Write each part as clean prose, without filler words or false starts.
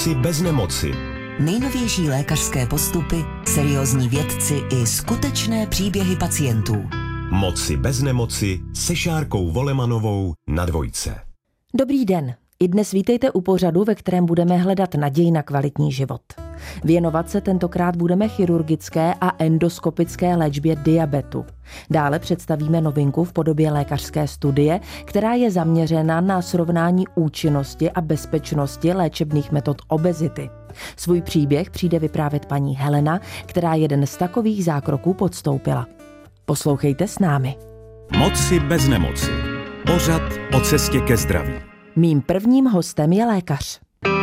Moci bez nemoci. Nejnovější lékařské postupy, seriózní vědci i skutečné příběhy pacientů. Moci bez nemoci se Šárkou Volemanovou na Dvojce. Dobrý den. I dnes vítejte u pořadu, ve kterém budeme hledat naději na kvalitní život. Věnovat se tentokrát budeme chirurgické a endoskopické léčbě diabetu. Dále představíme novinku v podobě lékařské studie, která je zaměřena na srovnání účinnosti a bezpečnosti léčebných metod obezity. Svůj příběh přijde vyprávět paní Helena, která jeden z takových zákroků podstoupila. Poslouchejte s námi. Moci bez nemoci. Pořad o cestě ke zdraví. Mým prvním hostem je lékař.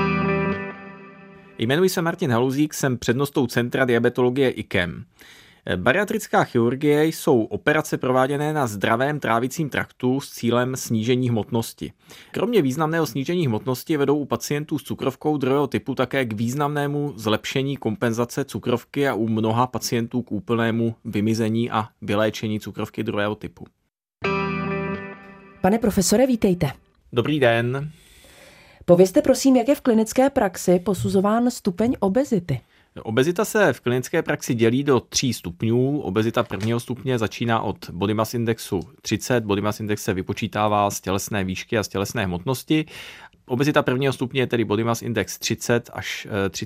Jmenuji se Martin Haluzík, jsem přednostou Centra diabetologie IKEM. Bariatrická chirurgie jsou operace prováděné na zdravém trávicím traktu s cílem snížení hmotnosti. Kromě významného snížení hmotnosti vedou u pacientů s cukrovkou druhého typu také k významnému zlepšení kompenzace cukrovky a u mnoha pacientů k úplnému vymizení a vyléčení cukrovky druhého typu. Pane profesore, vítejte. Dobrý den. Povězte prosím, jak je v klinické praxi posuzován stupeň obezity? Obezita se v klinické praxi dělí do 3 stupňů. Obezita prvního stupně začíná od body mass indexu 30. Body mass index se vypočítává z tělesné výšky a z tělesné hmotnosti. Obezita prvního stupně je tedy body mass index 30 až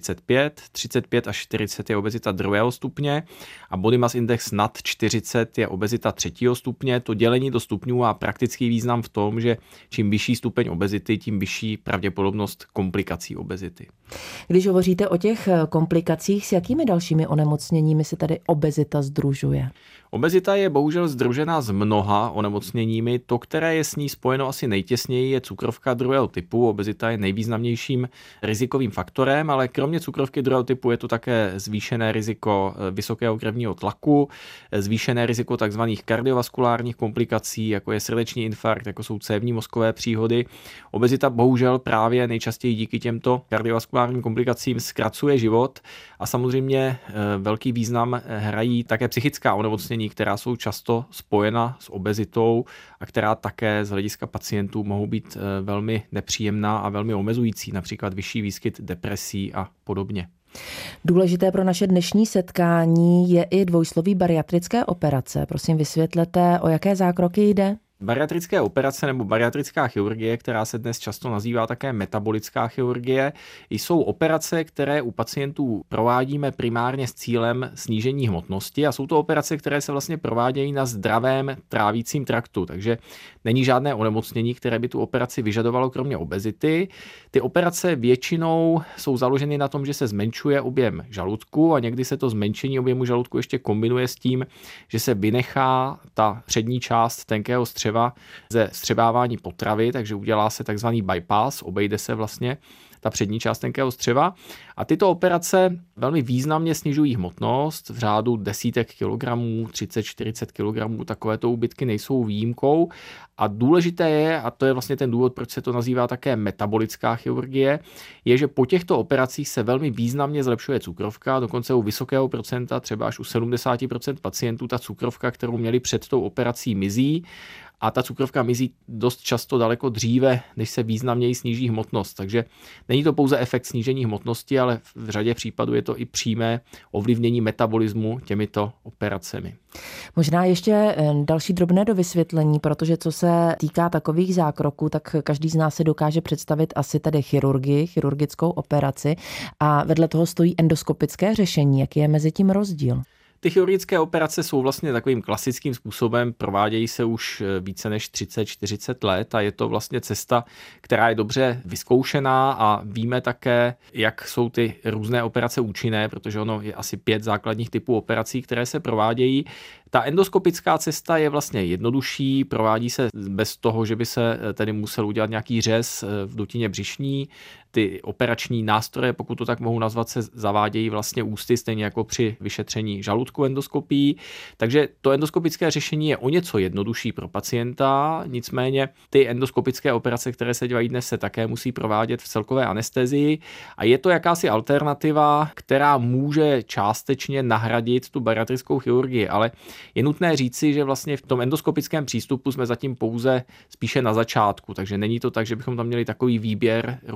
35, 35 až 40 je obezita druhého stupně a body mass index nad 40 je obezita třetího stupně. To dělení do stupňů má praktický význam v tom, že čím vyšší stupeň obezity, tím vyšší pravděpodobnost komplikací obezity. Když hovoříte o těch komplikacích, s jakými dalšími onemocněními se tady obezita sdružuje? Obezita je bohužel sdružena s mnoha onemocněními. To, které je s ní spojeno asi nejtěsněji, je cukrovka druhého typu. Obezita je nejvýznamnějším rizikovým faktorem, ale kromě cukrovky druhého typu je to také zvýšené riziko vysokého krevního tlaku, zvýšené riziko tzv. Kardiovaskulárních komplikací, jako je srdeční infarkt, jako jsou cévní mozkové příhody. Obezita bohužel právě nejčastěji díky těmto kardiovaskulárním komplikacím zkracuje život a samozřejmě velký význam hrají také psychická onemocnění, která jsou často spojena s obezitou a která také z hlediska pacientů mohou být velmi nepříjemná a velmi omezující, například vyšší výskyt depresí a podobně. Důležité pro naše dnešní setkání je i dvojsloví bariatrické operace. Prosím, vysvětlete, o jaké zákroky jde? Bariatrické operace nebo bariatrická chirurgie, která se dnes často nazývá také metabolická chirurgie, jsou operace, které u pacientů provádíme primárně s cílem snížení hmotnosti a jsou to operace, které se vlastně provádějí na zdravém trávicím traktu, takže není žádné onemocnění, které by tu operaci vyžadovalo kromě obezity. Ty operace většinou jsou založeny na tom, že se zmenšuje objem žaludku a někdy se to zmenšení objemu žaludku ještě kombinuje s tím, že se vynechá ta přední část tenkého střeva ze střebávání potravy, takže udělá se takzvaný bypass, obejde se vlastně ta přední část tenkého střeva. A tyto operace velmi významně snižují hmotnost v řádu desítek kilogramů, 30-40 kilogramů, takovéto úbytky nejsou výjimkou. A důležité je, a to je vlastně ten důvod, proč se to nazývá také metabolická chirurgie, je, že po těchto operacích se velmi významně zlepšuje cukrovka, dokonce u vysokého procenta, třeba až u 70% pacientů ta cukrovka, kterou měli před tou operací, mizí. A ta cukrovka mizí dost často daleko dříve, než se významněji sníží hmotnost. Takže není to pouze efekt snížení hmotnosti, ale v řadě případů je to i přímé ovlivnění metabolismu těmito operacemi. Možná ještě další drobné dovysvětlení, protože co se týká takových zákroků, tak každý z nás si dokáže představit asi tedy chirurgickou operaci a vedle toho stojí endoskopické řešení. Jaký je mezi tím rozdíl? Ty chirurgické operace jsou vlastně takovým klasickým způsobem, provádějí se už více než 30-40 let a je to vlastně cesta, která je dobře vyzkoušená a víme také, jak jsou ty různé operace účinné, protože ono je asi 5 základních typů operací, které se provádějí. Ta endoskopická cesta je vlastně jednodušší, provádí se bez toho, že by se tedy musel udělat nějaký řez v dutině břišní. Ty operační nástroje, pokud to tak mohu nazvat, se zavádějí vlastně ústy, stejně jako při vyšetření žaludku endoskopií. Takže to endoskopické řešení je o něco jednodušší pro pacienta, nicméně ty endoskopické operace, které se dělají dnes, se také musí provádět v celkové anestezii a je to jakási alternativa, která může částečně nahradit tu bariatrickou chirurgii, ale je nutné říci, že vlastně v tom endoskopickém přístupu jsme zatím pouze spíše na začátku, takže není to tak, že bychom tam měli takový výběr různých metod,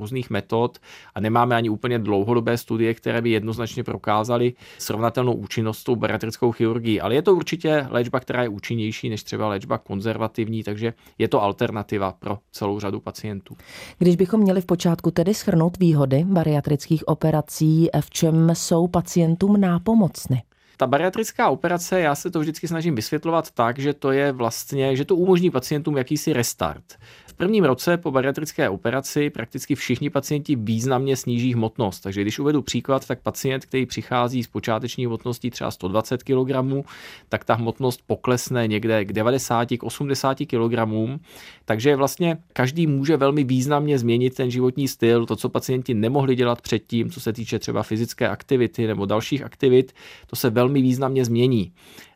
metod a nemáme ani úplně dlouhodobé studie, které by jednoznačně prokázaly srovnatelnou účinnost s tou bariatrickou chirurgií. Ale je to určitě léčba, která je účinnější než třeba léčba konzervativní, takže je to alternativa pro celou řadu pacientů. Když bychom měli v počátku tedy shrnout výhody bariatrických operací, v čem jsou pacientům nápomocny? Ta bariatrická operace, já se to vždycky snažím vysvětlovat tak, že to je vlastně, že to umožní pacientům jakýsi restart. V prvním roce po bariatrické operaci prakticky všichni pacienti významně sníží hmotnost. Takže když uvedu příklad, tak pacient, který přichází s počáteční hmotností třeba 120 kg, tak ta hmotnost poklesne někde k 90, k 80 kg. Takže vlastně každý může velmi významně změnit ten životní styl, to, co pacienti nemohli dělat předtím, co se týče třeba fyzické aktivity nebo dalších aktivit, to se velmi významně změní.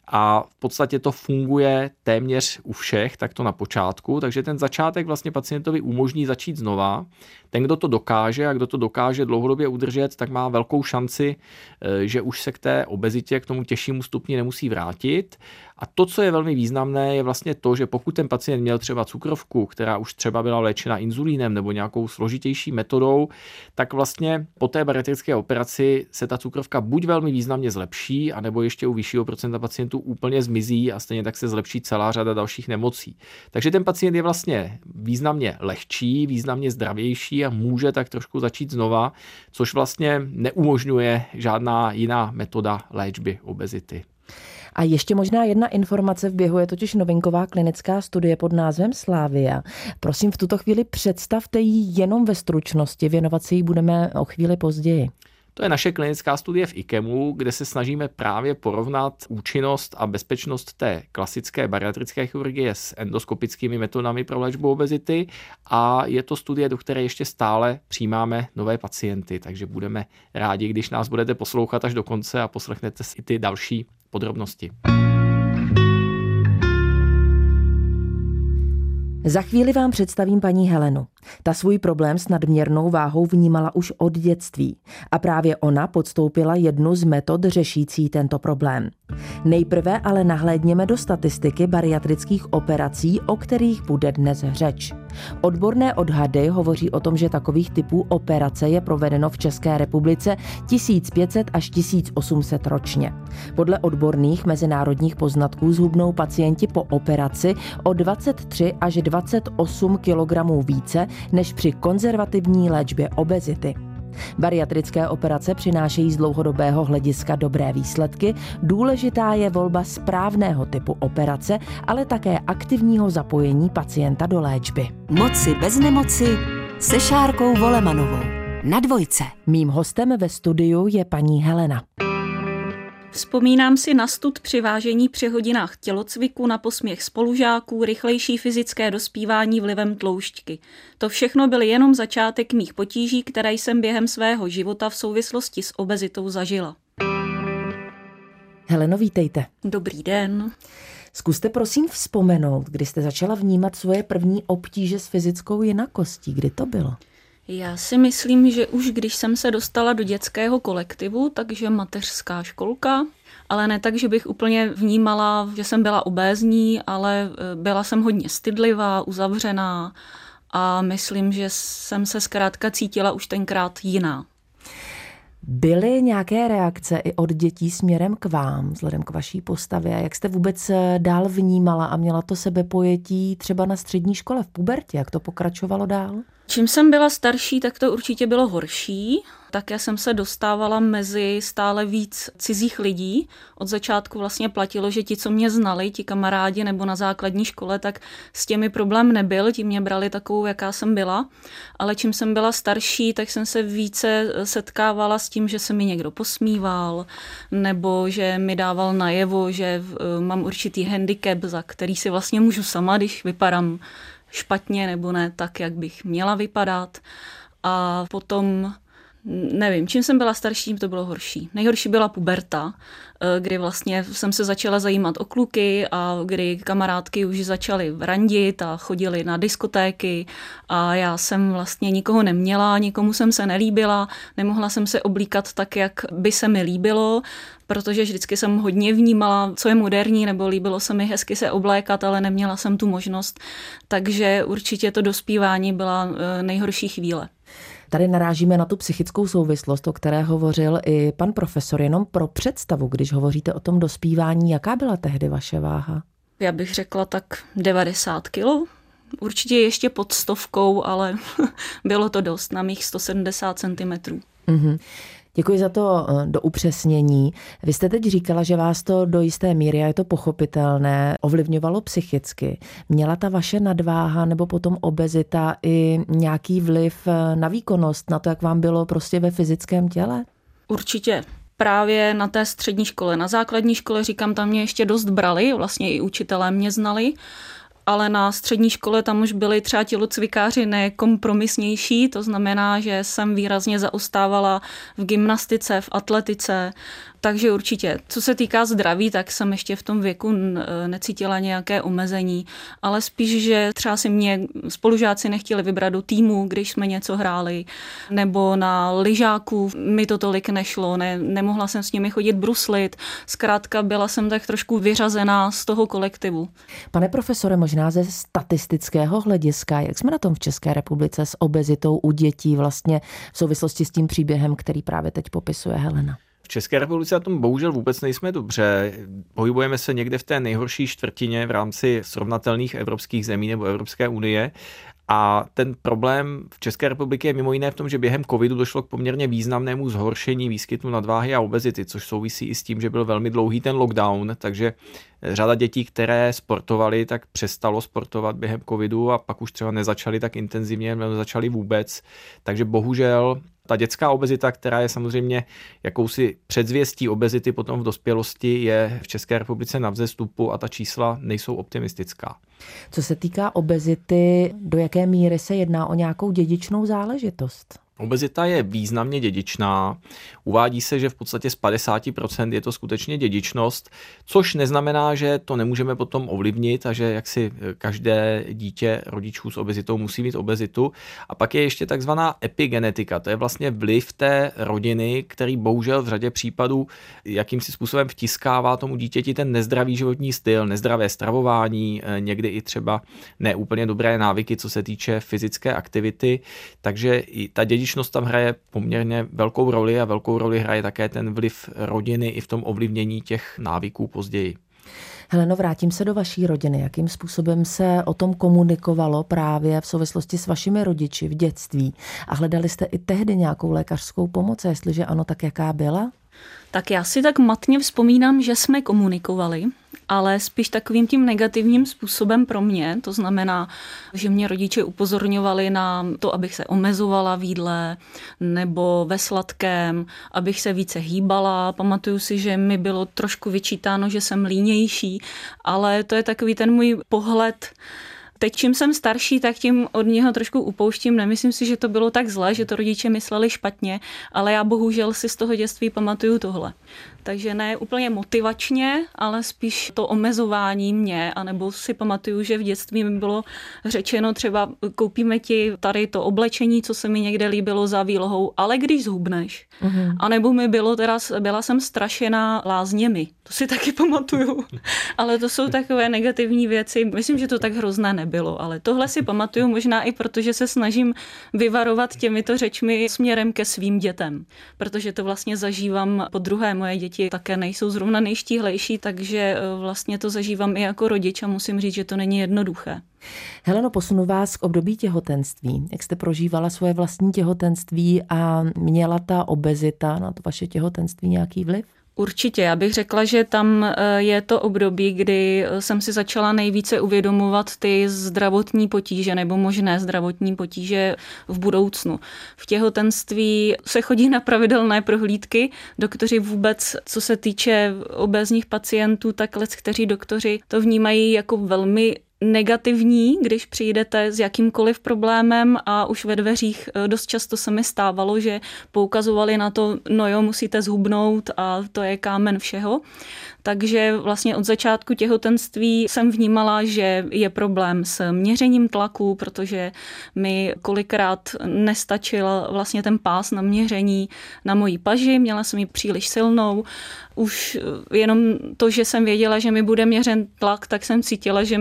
A v podstatě to funguje téměř u všech, tak to na počátku, takže ten začátek vlastně pacientovi umožní začít znova. Ten, kdo to dokáže a kdo to dokáže dlouhodobě udržet, tak má velkou šanci, že už se k té obezitě, k tomu těžšímu stupni nemusí vrátit. A to, co je velmi významné, je vlastně to, že pokud ten pacient měl třeba cukrovku, která už třeba byla léčena inzulínem nebo nějakou složitější metodou, tak vlastně po té bariatrické operaci se ta cukrovka buď velmi významně zlepší, anebo ještě u vyššího procenta pacientů úplně zmizí a stejně tak se zlepší celá řada dalších nemocí. Takže ten pacient je vlastně významně lehčí, významně zdravější a může tak trošku začít znova, což vlastně neumožňuje žádná jiná metoda léčby obezity. A ještě možná jedna informace, v běhu je totiž novinková klinická studie pod názvem Slávia. Prosím, v tuto chvíli představte ji jenom ve stručnosti, věnovat se jí budeme o chvíli později. To je naše klinická studie v IKEMu, kde se snažíme právě porovnat účinnost a bezpečnost té klasické bariatrické chirurgie s endoskopickými metodami pro léčbu obezity a je to studie, do které ještě stále přijímáme nové pacienty, takže budeme rádi, když nás budete poslouchat až do konce a poslechnete si ty další podrobnosti. Za chvíli vám představím paní Helenu. Ta svůj problém s nadměrnou váhou vnímala už od dětství a právě ona podstoupila jednu z metod řešící tento problém. Nejprve ale nahlédněme do statistiky bariatrických operací, o kterých bude dnes řeč. Odborné odhady hovoří o tom, že takových typů operace je provedeno v České republice 1500 až 1800 ročně. Podle odborných mezinárodních poznatků zhubnou pacienti po operaci o 23 až 28 kg více než při konzervativní léčbě obezity. Bariatrické operace přinášejí z dlouhodobého hlediska dobré výsledky, důležitá je volba správného typu operace, ale také aktivního zapojení pacienta do léčby. Moci bez nemoci se Šárkou Volemanovou na Dvojce. Mým hostem ve studiu je paní Helena. Vzpomínám si na stud při vážení při hodinách tělocviku, na posměch spolužáků, rychlejší fyzické dospívání vlivem tloušťky. To všechno byl jenom začátek mých potíží, které jsem během svého života v souvislosti s obezitou zažila. Heleno, vítejte. Dobrý den. Zkuste prosím vzpomenout, kdy jste začala vnímat svoje první obtíže s fyzickou jinakostí. Kdy to bylo? Já si myslím, že už když jsem se dostala do dětského kolektivu, takže mateřská školka, ale ne tak, že bych úplně vnímala, že jsem byla obézní, ale byla jsem hodně stydlivá, uzavřená a myslím, že jsem se zkrátka cítila už tenkrát jiná. Byly nějaké reakce i od dětí směrem k vám, vzhledem k vaší postavě? Jak jste vůbec dál vnímala a měla to sebepojetí třeba na střední škole v pubertě? Jak to pokračovalo dál? Čím jsem byla starší, tak to určitě bylo horší. Také jsem se dostávala mezi stále víc cizích lidí. Od začátku vlastně platilo, že ti, co mě znali, ti kamarádi nebo na základní škole, tak s těmi problém nebyl, ti mě brali takovou, jaká jsem byla. Ale čím jsem byla starší, tak jsem se více setkávala s tím, že se mi někdo posmíval, nebo že mi dával najevo, že mám určitý handicap, za který si vlastně můžu sama, když vypadám špatně nebo ne tak, jak bych měla vypadat. A potom, nevím, čím jsem byla starší, tím to bylo horší. Nejhorší byla puberta, kdy vlastně jsem se začala zajímat o kluky a kdy kamarádky už začaly randit a chodily na diskotéky a já jsem vlastně nikoho neměla, nikomu jsem se nelíbila, nemohla jsem se oblíkat tak, jak by se mi líbilo, protože vždycky jsem hodně vnímala, co je moderní, nebo líbilo se mi hezky se oblékat, ale neměla jsem tu možnost, takže určitě to dospívání byla nejhorší chvíle. Tady narážíme na tu psychickou souvislost, o které hovořil i pan profesor. Jenom pro představu, když hovoříte o tom dospívání, jaká byla tehdy vaše váha? Já bych řekla tak 90 kilo. Určitě ještě pod 100, ale bylo to dost, na mých 170 cm. Mm-hmm. Děkuji za to doupřesnění. Vy jste teď říkala, že vás to do jisté míry, a je to pochopitelné, ovlivňovalo psychicky. Měla ta vaše nadváha nebo potom obezita i nějaký vliv na výkonnost, na to, jak vám bylo prostě ve fyzickém těle? Určitě. Právě na té střední škole. Na základní škole, říkám, tam mě ještě dost brali, vlastně i učitelé mě znali, ale na střední škole tam už byli třeba tělocvikáři nekompromisnější, to znamená, že jsem výrazně zaostávala v gymnastice, v atletice, takže určitě. Co se týká zdraví, tak jsem ještě v tom věku necítila nějaké omezení, ale spíš, že třeba si mě spolužáci nechtěli vybrat do týmu, když jsme něco hráli, nebo na lyžáku mi to tolik nešlo, nemohla jsem s nimi chodit bruslit, zkrátka byla jsem tak trošku vyřazená z toho kolektivu. Pane profesore, možná ze statistického hlediska, jak jsme na tom v České republice s obezitou u dětí vlastně v souvislosti s tím příběhem, který právě teď popisuje Helena? V České republice na tom bohužel vůbec nejsme dobře. Pohybujeme se někde v té nejhorší čtvrtině v rámci srovnatelných evropských zemí nebo Evropské unie. A ten problém v České republice je mimo jiné v tom, že během covidu došlo k poměrně významnému zhoršení výskytu nadváhy a obezity, což souvisí i s tím, že byl velmi dlouhý ten lockdown, takže řada dětí, které sportovaly, tak přestalo sportovat během covidu a pak už třeba nezačaly tak intenzivně, nezačaly vůbec. Takže bohužel ta dětská obezita, která je samozřejmě jakousi předzvěstí obezity potom v dospělosti, je v České republice na vzestupu a ta čísla nejsou optimistická. Co se týká obezity, do jaké míry se jedná o nějakou dědičnou záležitost? Obezita je významně dědičná. Uvádí se, že v podstatě z 50% je to skutečně dědičnost, což neznamená, že to nemůžeme potom ovlivnit a že jaksi každé dítě rodičů s obezitou musí mít obezitu. A pak je ještě takzvaná epigenetika. To je vlastně vliv té rodiny, který bohužel v řadě případů jakýmsi způsobem vtiskává tomu dítěti ten nezdravý životní styl, nezdravé stravování, někdy i třeba neúplně dobré návyky, co se týče fyzické aktivity. Takže i ta dědičnost tam hraje poměrně velkou roli a velkou roli hraje také ten vliv rodiny i v tom ovlivnění těch návyků později. Heleno, vrátím se do vaší rodiny. Jakým způsobem se o tom komunikovalo právě v souvislosti s vašimi rodiči v dětství? A hledali jste i tehdy nějakou lékařskou pomoc? A jestliže ano, tak jaká byla? Tak já si tak matně vzpomínám, že jsme komunikovali, ale spíš takovým tím negativním způsobem pro mě. To znamená, že mě rodiče upozorňovali na to, abych se omezovala v jídle nebo ve sladkém, abych se více hýbala. Pamatuju si, že mi bylo trošku vyčítáno, že jsem línější, ale to je takový ten můj pohled. Teď, čím jsem starší, tak tím od něho trošku upouštím. Nemyslím si, že to bylo tak zlé, že to rodiče mysleli špatně, ale já bohužel si z toho dětství pamatuju tohle. Takže ne úplně motivačně, ale spíš to omezování mě, anebo si pamatuju, že v dětství mi bylo řečeno třeba koupíme ti tady to oblečení, co se mi někde líbilo za výlohou, ale když zhubneš. Mm-hmm. A nebo mi byla jsem strašená lázněmi. To si taky pamatuju. Ale to jsou takové negativní věci. Myslím, že to tak hrozné nebylo, ale tohle si pamatuju možná i proto, že se snažím vyvarovat těmito řečmi směrem ke svým dětem. Protože to vlastně zažívám podruhé. Moje děti také nejsou zrovna nejštíhlejší, takže vlastně to zažívám i jako rodič a musím říct, že to není jednoduché. Heleno, posunu vás k období těhotenství. Jak jste prožívala svoje vlastní těhotenství a měla ta obezita na to vaše těhotenství nějaký vliv? Určitě, já bych řekla, že tam je to období, kdy jsem si začala nejvíce uvědomovat ty zdravotní potíže nebo možné zdravotní potíže v budoucnu. V těhotenství se chodí na pravidelné prohlídky. Doktoři vůbec, co se týče obézních pacientů, tak kteří doktoři to vnímají jako velmi negativní, když přijdete s jakýmkoliv problémem a už ve dveřích dost často se mi stávalo, že poukazovali na to, no jo, musíte zhubnout a to je kámen všeho. Takže vlastně od začátku těhotenství jsem vnímala, že je problém s měřením tlaku, protože mi kolikrát nestačil vlastně ten pás na měření na mojí paži, měla jsem ji příliš silnou. Už jenom to, že jsem věděla, že mi bude měřen tlak, tak jsem cítila, že mi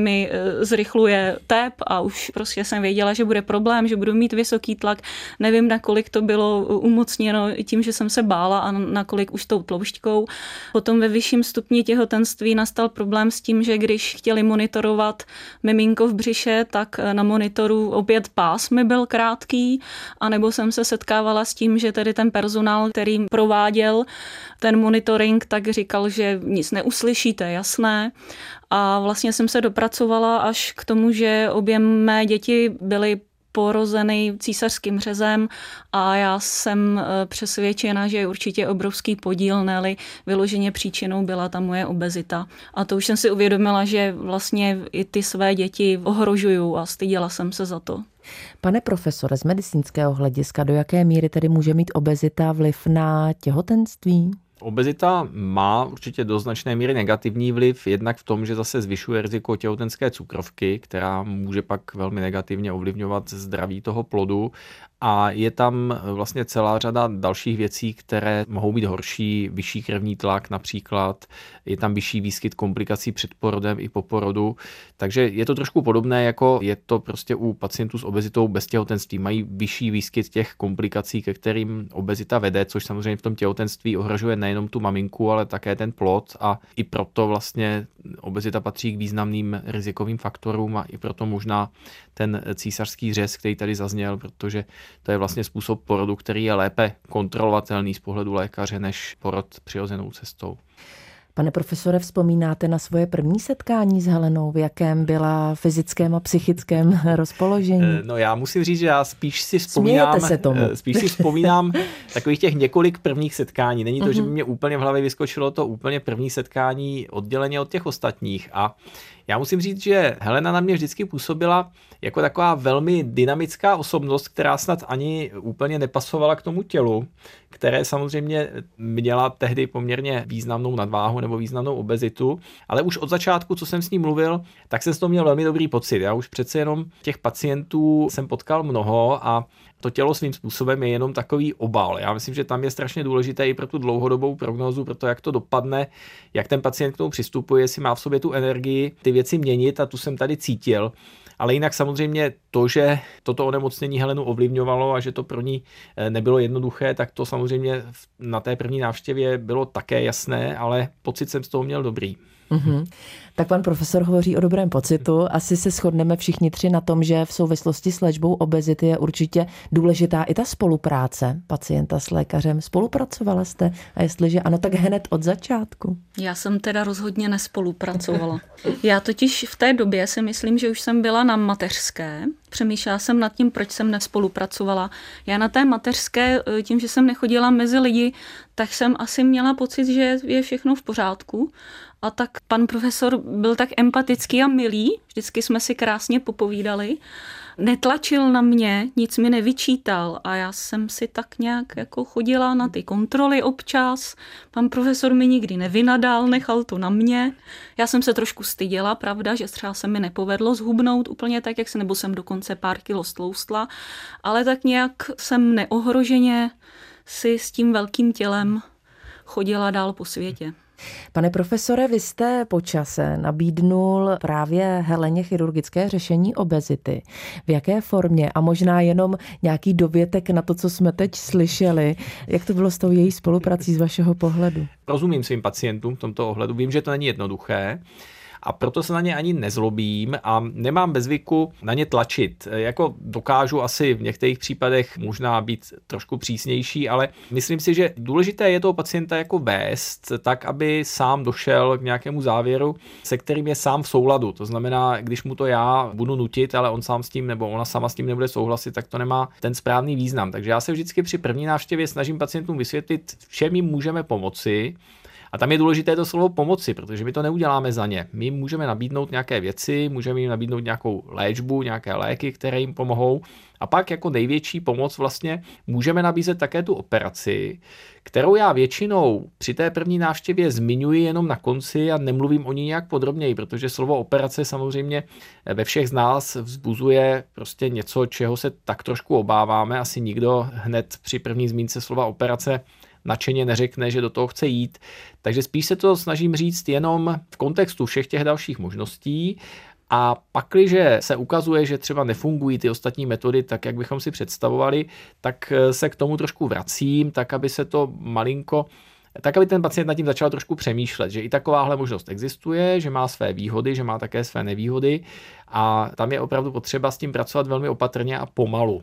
zrychluje tep a už prostě jsem věděla, že bude problém, že budu mít vysoký tlak. Nevím, nakolik to bylo umocněno tím, že jsem se bála a nakolik už tou tloušťkou. Potom ve vyšším stupni těhotenství nastal problém s tím, že když chtěli monitorovat miminko v břiše, tak na monitoru opět pás mi byl krátký, anebo jsem se setkávala s tím, že tedy ten personál, který prováděl ten monitoring, tak říkal, že nic neuslyšíte, jasné. A vlastně jsem se dopracovala až k tomu, že obě mé děti byly porozeny císařským řezem a já jsem přesvědčena, že je určitě obrovský podíl, ne-li vyloženě příčinou byla ta moje obezita. A to už jsem si uvědomila, že vlastně i ty své děti ohrožuju a styděla jsem se za to. Pane profesore, z medicínského hlediska, do jaké míry tedy může mít obezita vliv na těhotenství? Obezita má určitě do značné míry negativní vliv, jednak v tom, že zase zvyšuje riziko těhotenské cukrovky, která může pak velmi negativně ovlivňovat zdraví toho plodu. A je tam vlastně celá řada dalších věcí, které mohou být horší, vyšší krevní tlak například, je tam vyšší výskyt komplikací před porodem i po porodu, takže je to trošku podobné, jako je to prostě u pacientů s obezitou bez těhotenství. Mají vyšší výskyt těch komplikací, ke kterým obezita vede, což samozřejmě v tom těhotenství ohrožuje nejenom tu maminku, ale také ten plod a i proto vlastně obezita patří k významným rizikovým faktorům a i proto možná ten císařský řez, který tady zazněl, protože to je vlastně způsob porodu, který je lépe kontrolovatelný z pohledu lékaře než porod přirozenou cestou. Pane profesore, vzpomínáte na svoje první setkání s Helenou, v jakém byla fyzickém a psychickém rozpoložení? No já musím říct, že já spíš si vzpomínám takových těch několik prvních setkání. Není to, že by mě úplně v hlavě vyskočilo to úplně první setkání odděleně od těch ostatních. A já musím říct, že Helena na mě vždycky působila jako taková velmi dynamická osobnost, která snad ani úplně nepasovala k tomu tělu, které samozřejmě měla tehdy poměrně významnou nadváhu nebo významnou obezitu, ale už od začátku, co jsem s ní mluvil, tak jsem z toho měl velmi dobrý pocit. Já už přece jenom těch pacientů jsem potkal mnoho a to tělo svým způsobem je jenom takový obal. Já myslím, že tam je strašně důležité i pro tu dlouhodobou prognózu, pro to, jak to dopadne, jak ten pacient k tomu přistupuje, jestli má v sobě tu energii ty věci měnit a tu jsem tady cítil. Ale jinak samozřejmě to, že toto onemocnění Helenu ovlivňovalo a že to pro ní nebylo jednoduché, tak to samozřejmě na té první návštěvě bylo také jasné, ale pocit jsem z toho měl dobrý. Tak pan profesor hovoří o dobrém pocitu. Asi se shodneme všichni tři na tom, že v souvislosti s léčbou obezity je určitě důležitá i ta spolupráce pacienta s lékařem. Spolupracovala jste? A jestliže ano, tak hned od začátku. Já jsem teda rozhodně nespolupracovala. Já totiž v té době si myslím, že už jsem byla na mateřské. Přemýšlela jsem nad tím, proč jsem nespolupracovala. Já na té mateřské, tím, že jsem nechodila mezi lidi, tak jsem asi měla pocit, že je všechno v pořádku. A tak pan profesor byl tak empatický a milý, vždycky jsme si krásně popovídali. Netlačil na mě, nic mi nevyčítal a já jsem si tak nějak jako chodila na ty kontroly občas. Pan profesor mi nikdy nevynadal, nechal to na mě. Já jsem se trošku styděla, pravda, že třeba se mi nepovedlo zhubnout úplně tak, jak se, nebo jsem dokonce pár kilo stloustla, ale tak nějak jsem neohroženě si s tím velkým tělem chodila dál po světě. Pane profesore, vy jste po čase nabídnul právě Heleně chirurgické řešení obezity. V jaké formě? A možná jenom nějaký dovětek na to, co jsme teď slyšeli. Jak to bylo s tou její spoluprací z vašeho pohledu? Rozumím svým pacientům v tomto ohledu. Vím, že to není jednoduché. A proto se na ně ani nezlobím a nemám ve zvyku na ně tlačit. Jako dokážu asi v některých případech možná být trošku přísnější, ale myslím si, že důležité je toho pacienta jako vést tak, aby sám došel k nějakému závěru, se kterým je sám v souladu. To znamená, když mu to já budu nutit, ale on sám s tím nebo ona sama s tím nebude souhlasit, tak to nemá ten správný význam. Takže já se vždycky při první návštěvě snažím pacientům vysvětlit, v čem jim můžeme pomoci. A tam je důležité to slovo pomoci, protože my to neuděláme za ně. My můžeme nabídnout nějaké věci, můžeme jim nabídnout nějakou léčbu, nějaké léky, které jim pomohou. A pak jako největší pomoc vlastně můžeme nabízet také tu operaci, kterou já většinou při té první návštěvě zmiňuji jenom na konci a nemluvím o ní nějak podrobněji, protože slovo operace samozřejmě ve všech z nás vzbuzuje prostě něco, čeho se tak trošku obáváme. Asi nikdo hned při první zmínce slova operace nadšeně neřekne, že do toho chce jít. Takže spíš se to snažím říct jenom v kontextu všech těch dalších možností A pakliže se ukazuje, že třeba nefungují ty ostatní metody tak, jak bychom si představovali, tak se k tomu trošku vracím, tak aby se to tak aby ten pacient nad tím začal trošku přemýšlet, že i takováhle možnost existuje, že má své výhody, že má také své nevýhody a tam je opravdu potřeba s tím pracovat velmi opatrně a pomalu.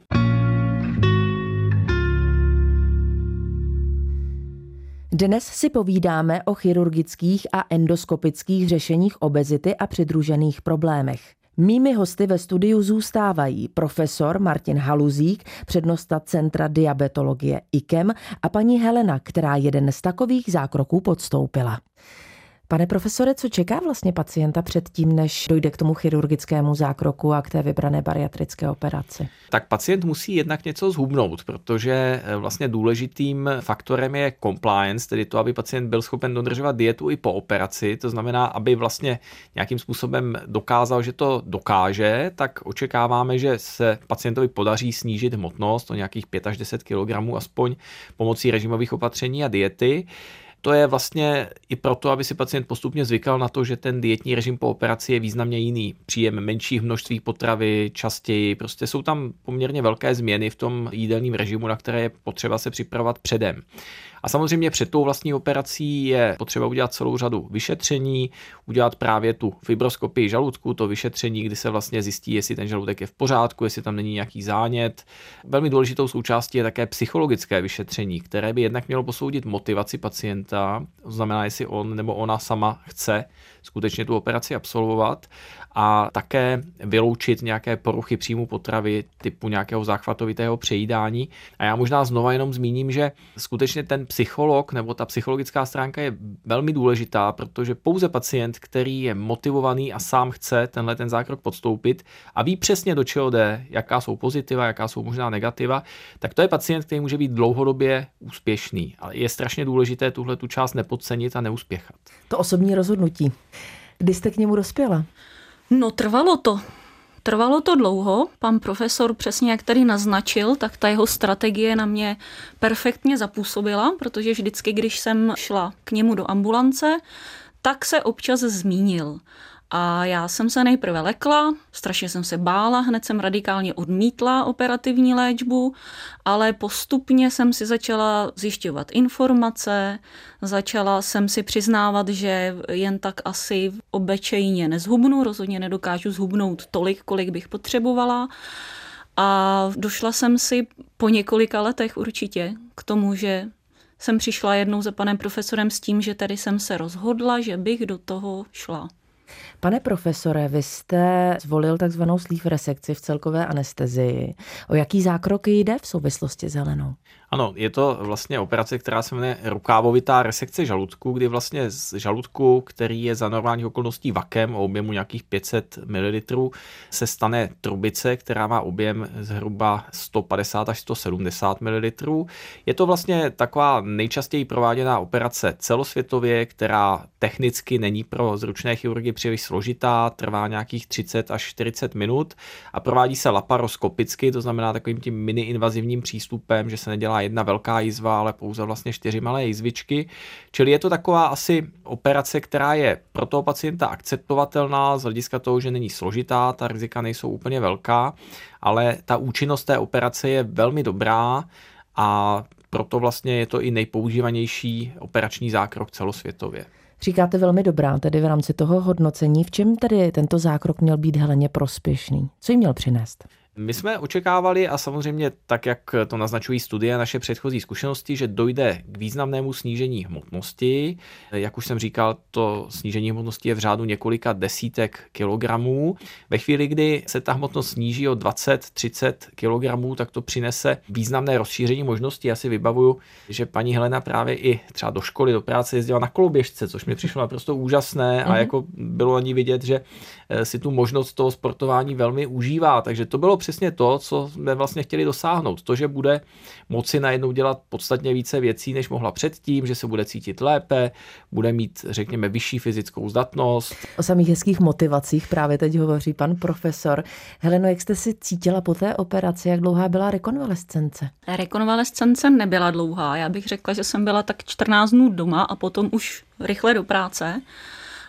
Dnes si povídáme o chirurgických a endoskopických řešeních obezity a přidružených problémech. Mými hosty ve studiu zůstávají profesor Martin Haluzík, přednosta Centra diabetologie IKEM a paní Helena, která jeden z takových zákroků podstoupila. Pane profesore, co čeká vlastně pacienta před tím, než dojde k tomu chirurgickému zákroku a k té vybrané bariatrické operaci? Tak pacient musí jednak něco zhubnout, protože vlastně důležitým faktorem je compliance, tedy to, aby pacient byl schopen dodržovat dietu i po operaci, to znamená, aby vlastně nějakým způsobem dokázal, že to dokáže, tak očekáváme, že se pacientovi podaří snížit hmotnost o nějakých 5 až 10 kg aspoň pomocí režimových opatření a diety. To je vlastně i proto, aby si pacient postupně zvykal na to, že ten dietní režim po operaci je významně jiný. Příjem menších množství potravy, častěji, prostě jsou tam poměrně velké změny v tom jídelním režimu, na které je potřeba se připravovat předem. A samozřejmě před tou vlastní operací je potřeba udělat celou řadu vyšetření, udělat právě tu fibroskopii žaludku, to vyšetření, kdy se vlastně zjistí, jestli ten žaludek je v pořádku, jestli tam není nějaký zánět. Velmi důležitou součástí je také psychologické vyšetření, které by jednak mělo posoudit motivaci pacienta, to znamená, jestli on nebo ona sama chce skutečně tu operaci absolvovat a také vyloučit nějaké poruchy příjmu potravy typu nějakého záchvatovitého přejídání. A já možná znova jenom zmíním, že skutečně ten psycholog nebo ta psychologická stránka je velmi důležitá, protože pouze pacient, který je motivovaný a sám chce ten zákrok podstoupit a ví přesně, do čeho jde, jaká jsou pozitiva, jaká jsou možná negativa, tak to je pacient, který může být dlouhodobě úspěšný. Ale je strašně důležité tuhle tu část nepodcenit a neuspěchat. To osobní rozhodnutí. Kdy jste k němu dospěla? No, Trvalo to dlouho, pan profesor přesně jak tady naznačil, tak ta jeho strategie na mě perfektně zapůsobila, protože vždycky, když jsem šla k němu do ambulance, tak se občas zmínil. A já jsem se nejprve lekla, strašně jsem se bála, hned jsem radikálně odmítla operativní léčbu, ale postupně jsem si začala zjišťovat informace, začala jsem si přiznávat, že jen tak asi obyčejně nezhubnu, rozhodně nedokážu zhubnout tolik, kolik bych potřebovala. A došla jsem si po několika letech určitě k tomu, že jsem přišla jednou za panem profesorem s tím, že tady jsem se rozhodla, že bych do toho šla. Pane profesore, vy jste zvolil takzvanou sleeve resekci v celkové anestezii. O jaký zákrok jde v souvislosti s Helenou? Ano, je to vlastně operace, která se jmenuje rukávovitá resekce žaludku, kdy vlastně z žaludku, který je za normálních okolností vakem o objemu nějakých 500 ml, se stane trubice, která má objem zhruba 150 až 170 ml. Je to vlastně taková nejčastěji prováděná operace celosvětově, která technicky není pro zručné chirurgy příliš složitá, trvá nějakých 30 až 40 minut a provádí se laparoskopicky, to znamená takovým tím mini-invazivním přístupem, že se nedělá jedna velká jizva, ale pouze vlastně 4 malé jizvičky. Čili je to taková asi operace, která je pro toho pacienta akceptovatelná z hlediska toho, že není složitá, ta rizika nejsou úplně velká, ale ta účinnost té operace je velmi dobrá a proto vlastně je to i nejpoužívanější operační zákrok celosvětově. Říkáte velmi dobrá, tedy v rámci toho hodnocení. V čem tedy tento zákrok měl být Heleně prospěšný? Co jí měl přinést? My jsme očekávali a samozřejmě tak, jak to naznačují studie a naše předchozí zkušenosti, že dojde k významnému snížení hmotnosti. Jak už jsem říkal, to snížení hmotnosti je v řádu několika desítek kilogramů. Ve chvíli, kdy se ta hmotnost sníží o 20-30 kilogramů, tak to přinese významné rozšíření možností. Já si vybavuju, že paní Helena právě i třeba do školy, do práce jezdila na koloběžce, což mi přišlo naprosto úžasné a jako bylo na ní vidět, že si tu možnost toho sportování velmi užívá. Takže to bylo přesně to, co jsme vlastně chtěli dosáhnout. To, že bude moci najednou dělat podstatně více věcí, než mohla předtím, že se bude cítit lépe, bude mít, řekněme, vyšší fyzickou zdatnost. O samých hezkých motivacích právě teď hovoří pan profesor. Heleno, jak jste si cítila po té operaci, jak dlouhá byla rekonvalescence? Rekonvalescence nebyla dlouhá. Já bych řekla, že jsem byla tak 14 dnů doma a potom už rychle do práce.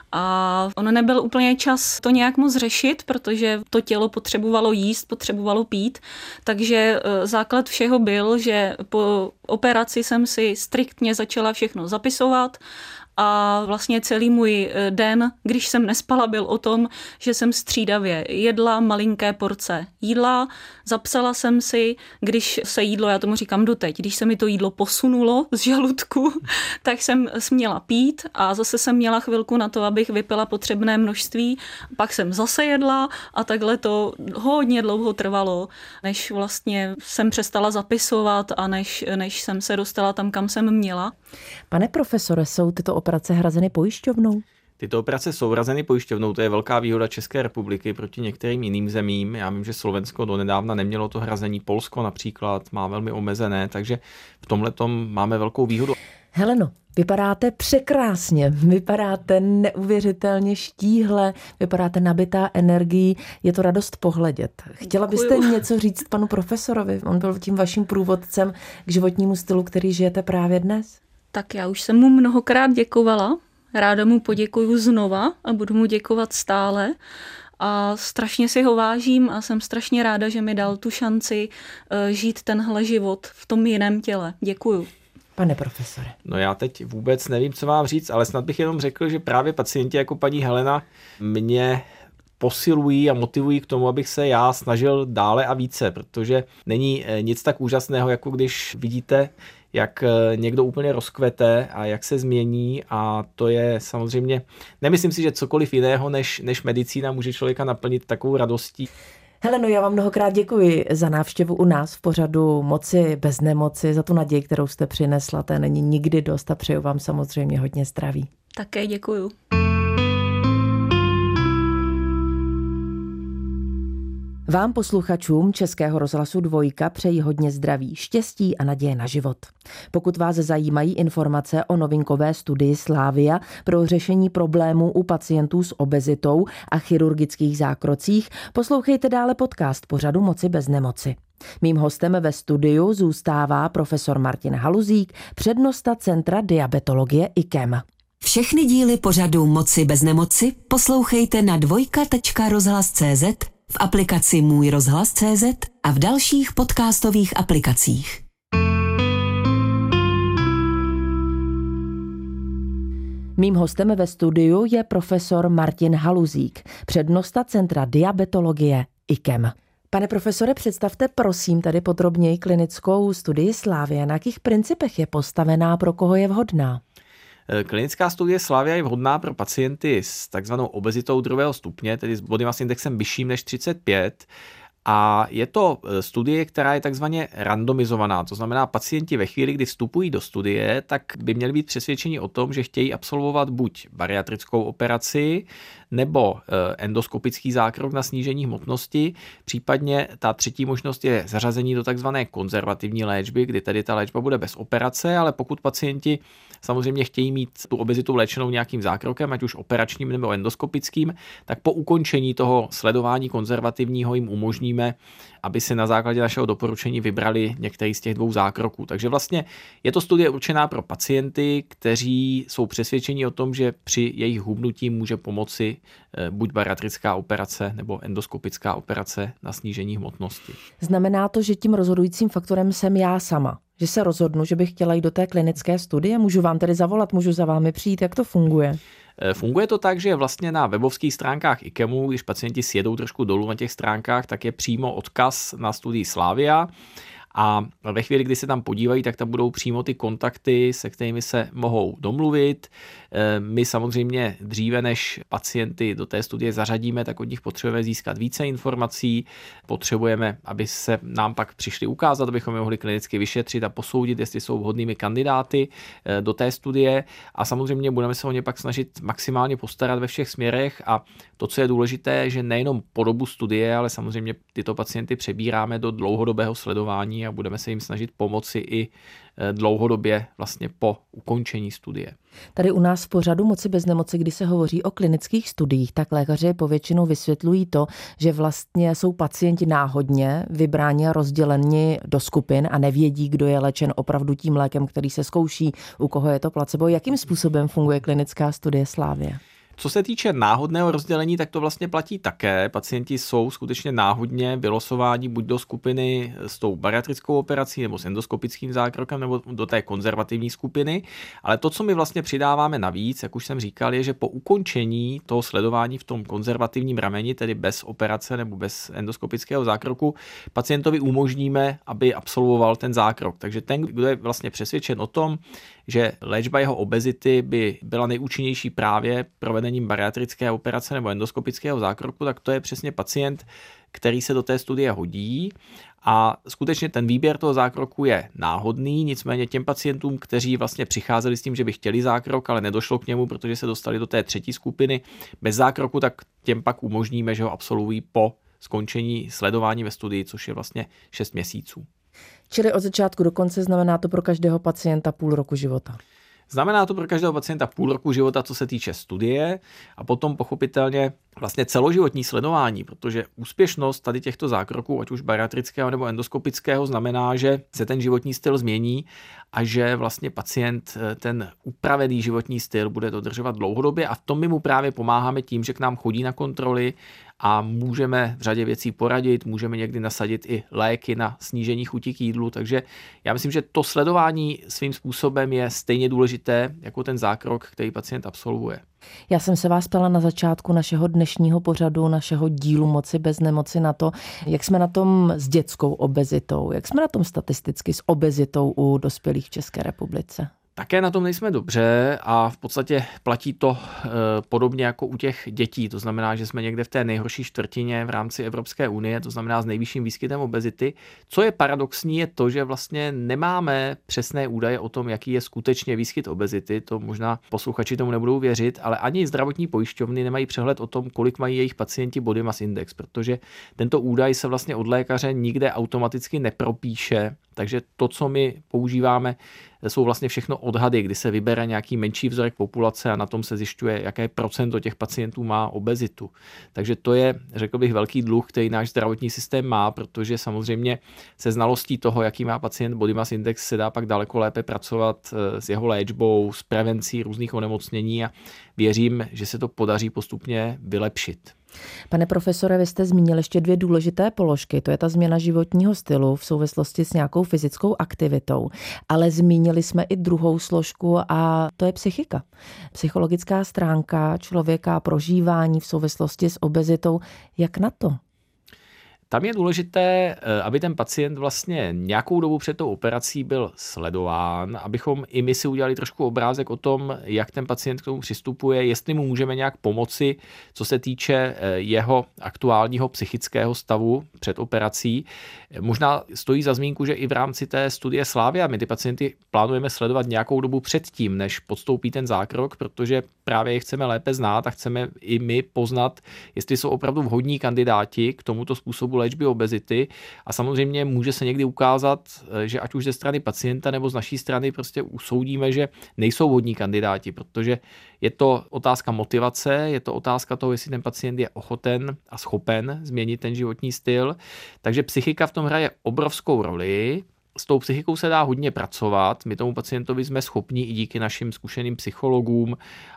A on nebyl úplně čas to nějak moc řešit, protože to tělo potřebovalo jíst, potřebovalo pít, takže základ všeho byl, že po operaci jsem si striktně začala všechno zapisovat a vlastně celý můj den, když jsem nespala, byl o tom, že jsem střídavě jedla malinké porce jídla, zapsala jsem si, když se jídlo, já tomu říkám doteď, když se mi to jídlo posunulo z žaludku, tak jsem směla pít a zase jsem měla chvilku na to, abych vypila potřebné množství, pak jsem zase jedla a takhle to hodně dlouho trvalo, než vlastně jsem přestala zapisovat a než jsem se dostala tam, kam jsem měla. Pane profesore, jsou tyto operace hrazeny pojišťovnou? Tyto operace jsou hrazeny pojišťovnou, to je velká výhoda České republiky proti některým jiným zemím. Já vím, že Slovensko donedávna nemělo to hrazení, Polsko například má velmi omezené, takže v tomhletom máme velkou výhodu. Heleno, vypadáte překrásně, vypadáte neuvěřitelně štíhle, vypadáte nabitá energií, je to radost pohledět. Chtěla byste něco říct panu profesorovi? On byl tím vaším průvodcem k životnímu stylu, který žijete právě dnes? Tak já už jsem mu mnohokrát děkovala, ráda mu poděkuju znova a budu mu děkovat stále. A strašně si ho vážím a jsem strašně ráda, že mi dal tu šanci žít tenhle život v tom jiném těle. Děkuju. Pane profesore. No já teď vůbec nevím, co vám říct, ale snad bych jenom řekl, že právě pacienti jako paní Helena mě posilují a motivují k tomu, abych se já snažil dále a více, protože není nic tak úžasného, jako když vidíte, jak někdo úplně rozkvete a jak se změní, a to je samozřejmě, nemyslím si, že cokoliv jiného než medicína může člověka naplnit takovou radostí. Heleno, já vám mnohokrát děkuji za návštěvu u nás v pořadu Moci bez nemoci, za tu naději, kterou jste přinesla. To není nikdy dost a přeju vám samozřejmě hodně zdraví. Také děkuju. Vám posluchačům Českého rozhlasu Dvojka přeji hodně zdraví, štěstí a naděje na život. Pokud vás zajímají informace o novinkové studii Slavia pro řešení problémů u pacientů s obezitou a chirurgických zákrocích, poslouchejte dále podcast pořadu Moci bez nemoci. Mým hostem ve studiu zůstává profesor Martin Haluzík, přednosta Centra diabetologie IKEM. Všechny díly pořadu Moci bez nemoci poslouchejte na dvojka.rozhlas.cz, v aplikaci Můj rozhlas.cz a v dalších podcastových aplikacích. Mým hostem ve studiu je profesor Martin Haluzík, přednosta Centra diabetologie IKEM. Pane profesore, představte prosím tady podrobněji klinickou studii Slavia. Na jakých principech je postavená, pro koho je vhodná? Klinická studie Slavia je vhodná pro pacienty s takzvanou obezitou druhého stupně, tedy s body mass indexem vyšším než 35. A je to studie, která je takzvaně randomizovaná, to znamená pacienti ve chvíli, kdy vstupují do studie, tak by měli být přesvědčeni o tom, že chtějí absolvovat buď bariatrickou operaci nebo endoskopický zákrok na snížení hmotnosti, případně ta třetí možnost je zařazení do takzvané konzervativní léčby, kdy tedy ta léčba bude bez operace, ale pokud pacienti samozřejmě chtějí mít tu obezitu léčenou nějakým zákrokem, ať už operačním nebo endoskopickým, tak po ukončení toho sledování konzervativního jim umožníme, aby si na základě našeho doporučení vybrali některý z těch dvou zákroků. Takže vlastně je to studie určená pro pacienty, kteří jsou přesvědčeni o tom, že při jejich hubnutí může pomoci buď bariatrická operace nebo endoskopická operace na snížení hmotnosti. Znamená to, že tím rozhodujícím faktorem jsem já sama? Že se rozhodnu, že bych chtěla jít do té klinické studie? Můžu vám tedy zavolat, můžu za vámi přijít? Jak to funguje? Funguje to tak, že vlastně na webovských stránkách IKEMu, když pacienti sjedou trošku dolů na těch stránkách, tak je přímo odkaz na studii Slavia. A ve chvíli, kdy se tam podívají, tak tam budou přímo ty kontakty, se kterými se mohou domluvit. My samozřejmě dříve, než pacienty do té studie zařadíme, tak od nich potřebujeme získat více informací. Potřebujeme, aby se nám pak přišli ukázat, abychom je mohli klinicky vyšetřit a posoudit, jestli jsou vhodnými kandidáty do té studie. A samozřejmě budeme se o ně pak snažit maximálně postarat ve všech směrech. A to, co je důležité, že nejenom po dobu studie, ale samozřejmě tyto pacienty přebíráme do dlouhodobého sledování a budeme se jim snažit pomoci i dlouhodobě vlastně po ukončení studie. Tady u nás v pořadu Moci bez nemoci, kdy se hovoří o klinických studiích, tak lékaři povětšinou vysvětlují to, že vlastně jsou pacienti náhodně vybráni a rozděleni do skupin a nevědí, kdo je léčen opravdu tím lékem, který se zkouší, u koho je to placebo. Jakým způsobem funguje klinická studie Slavia? Co se týče náhodného rozdělení, tak to vlastně platí také. Pacienti jsou skutečně náhodně vylosováni buď do skupiny s tou bariatrickou operací nebo s endoskopickým zákrokem nebo do té konzervativní skupiny, ale to, co my vlastně přidáváme navíc, jak už jsem říkal, je, že po ukončení toho sledování v tom konzervativním rameni, tedy bez operace nebo bez endoskopického zákroku, pacientovi umožníme, aby absolvoval ten zákrok. Takže ten, kdo je vlastně přesvědčen o tom, že léčba jeho obezity by byla nejúčinnější právě provedením bariatrické operace nebo endoskopického zákroku, tak to je přesně pacient, který se do té studie hodí. A skutečně ten výběr toho zákroku je náhodný, nicméně těm pacientům, kteří vlastně přicházeli s tím, že by chtěli zákrok, ale nedošlo k němu, protože se dostali do té třetí skupiny bez zákroku, tak těm pak umožníme, že ho absolvují po skončení sledování ve studii, což je vlastně 6 měsíců. Čili od začátku do konce znamená to pro každého pacienta půl roku života? Znamená to pro každého pacienta půl roku života, co se týče studie, a potom pochopitelně vlastně celoživotní sledování, protože úspěšnost tady těchto zákroků, ať už bariatrického nebo endoskopického, znamená, že se ten životní styl změní a že vlastně pacient ten upravený životní styl bude dodržovat dlouhodobě, a v tom my mu právě pomáháme tím, že k nám chodí na kontroly a můžeme v řadě věcí poradit, můžeme někdy nasadit i léky na snížení chuti k jídlu, takže já myslím, že to sledování svým způsobem je stejně důležité jako ten zákrok, který pacient absolvuje. Já jsem se vás ptala na začátku našeho dnešního pořadu, našeho dílu Moci bez nemoci na to, jak jsme na tom s dětskou obezitou, jak jsme na tom statisticky s obezitou u dospělých v České republice. Také na tom nejsme dobře a v podstatě platí to podobně jako u těch dětí. To znamená, že jsme někde v té nejhorší čtvrtině v rámci Evropské unie, to znamená s nejvyšším výskytem obezity. Co je paradoxní, je to, že vlastně nemáme přesné údaje o tom, jaký je skutečně výskyt obezity. To možná posluchači tomu nebudou věřit, ale ani zdravotní pojišťovny nemají přehled o tom, kolik mají jejich pacienti body mass index, protože tento údaj se vlastně od lékaře nikde automaticky nepropíše. Takže to, co my používáme, jsou vlastně všechno odhady, kdy se vybere nějaký menší vzorek populace a na tom se zjišťuje, jaké procento těch pacientů má obezitu. Takže to je, řekl bych, velký dluh, který náš zdravotní systém má, protože samozřejmě se znalostí toho, jaký má pacient body mass index, se dá pak daleko lépe pracovat s jeho léčbou, s prevencí různých onemocnění a věřím, že se to podaří postupně vylepšit. Pane profesore, vy jste zmínil ještě 2 důležité položky, to je ta změna životního stylu v souvislosti s nějakou fyzickou aktivitou, ale zmínili jsme i druhou složku a to je psychika. Psychologická stránka člověka, prožívání v souvislosti s obezitou. Jak na to? Tam je důležité, aby ten pacient vlastně nějakou dobu před tou operací byl sledován, abychom i my si udělali trošku obrázek o tom, jak ten pacient k tomu přistupuje, jestli mu můžeme nějak pomoci, co se týče jeho aktuálního psychického stavu před operací. Možná stojí za zmínku, že i v rámci té studie Slavia my ty pacienty plánujeme sledovat nějakou dobu předtím, než podstoupí ten zákrok, protože právě je chceme lépe znát a chceme i my poznat, jestli jsou opravdu vhodní kandidáti k tomuto způsobu léčby obezity, a samozřejmě může se někdy ukázat, že ať už ze strany pacienta nebo z naší strany prostě usoudíme, že nejsou vhodní kandidáti, protože je to otázka motivace, je to otázka toho, jestli ten pacient je ochoten a schopen změnit ten životní styl, takže psychika v tom hraje obrovskou roli. S tou psychikou se dá hodně pracovat, my tomu pacientovi jsme schopni i díky našim zkušeným psychologům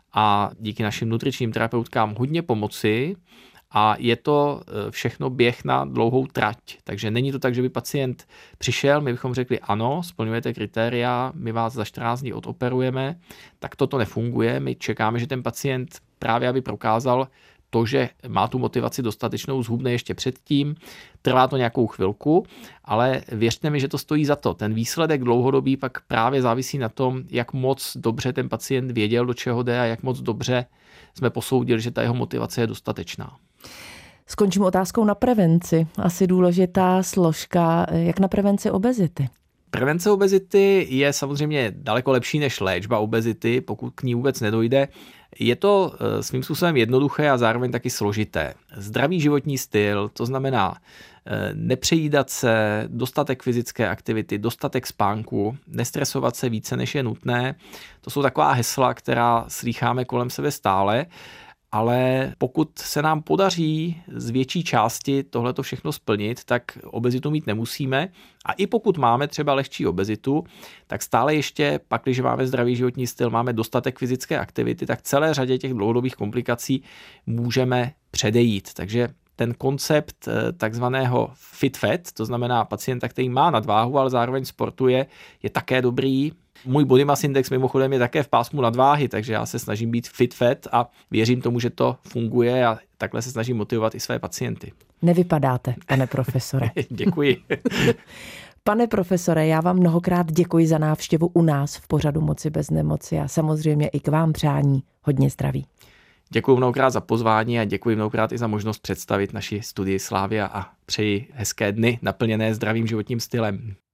a díky našim nutričním terapeutkám hodně pomoci. A je to všechno běh na dlouhou trať. Takže není to tak, že by pacient přišel, my bychom řekli ano, splňujete kritéria, my vás za 14 dní odoperujeme. Tak toto nefunguje. My čekáme, že ten pacient právě aby prokázal to, že má tu motivaci dostatečnou, zhubne ještě předtím. Trvá to nějakou chvilku, ale věřte mi, že to stojí za to. Ten výsledek dlouhodobý pak právě závisí na tom, jak moc dobře ten pacient věděl, do čeho jde a jak moc dobře jsme posoudili, že ta jeho motivace je dostatečná. Skončím otázkou na prevenci. Asi důležitá složka, jak na prevenci obezity. Prevence obezity je samozřejmě daleko lepší než léčba obezity, pokud k ní vůbec nedojde. Je to svým způsobem jednoduché a zároveň taky složité. Zdravý životní styl, to znamená nepřejídat se, dostatek fyzické aktivity, dostatek spánku, nestresovat se více, než je nutné. To jsou taková hesla, která slýcháme kolem sebe stále. ale pokud se nám podaří z větší části tohleto všechno splnit, tak obezitu mít nemusíme. A i pokud máme třeba lehčí obezitu, tak stále ještě, pak, když máme zdravý životní styl, máme dostatek fyzické aktivity, tak celé řadě těch dlouhodobých komplikací můžeme předejít. Takže ten koncept takzvaného fit fat, to znamená pacienta, který má nadváhu, ale zároveň sportuje, je také dobrý. Můj body mass index mimochodem je také v pásmu nadváhy, takže já se snažím být fit fat a věřím tomu, že to funguje a takhle se snažím motivovat i své pacienty. Nevypadáte, pane profesore. Děkuji. Pane profesore, já vám mnohokrát děkuji za návštěvu u nás v pořadu Moci bez nemoci a samozřejmě i k vám přání hodně zdraví. Děkuji mnohokrát za pozvání a děkuji mnohokrát i za možnost představit naši studii Slavia a přeji hezké dny naplněné zdravým životním stylem.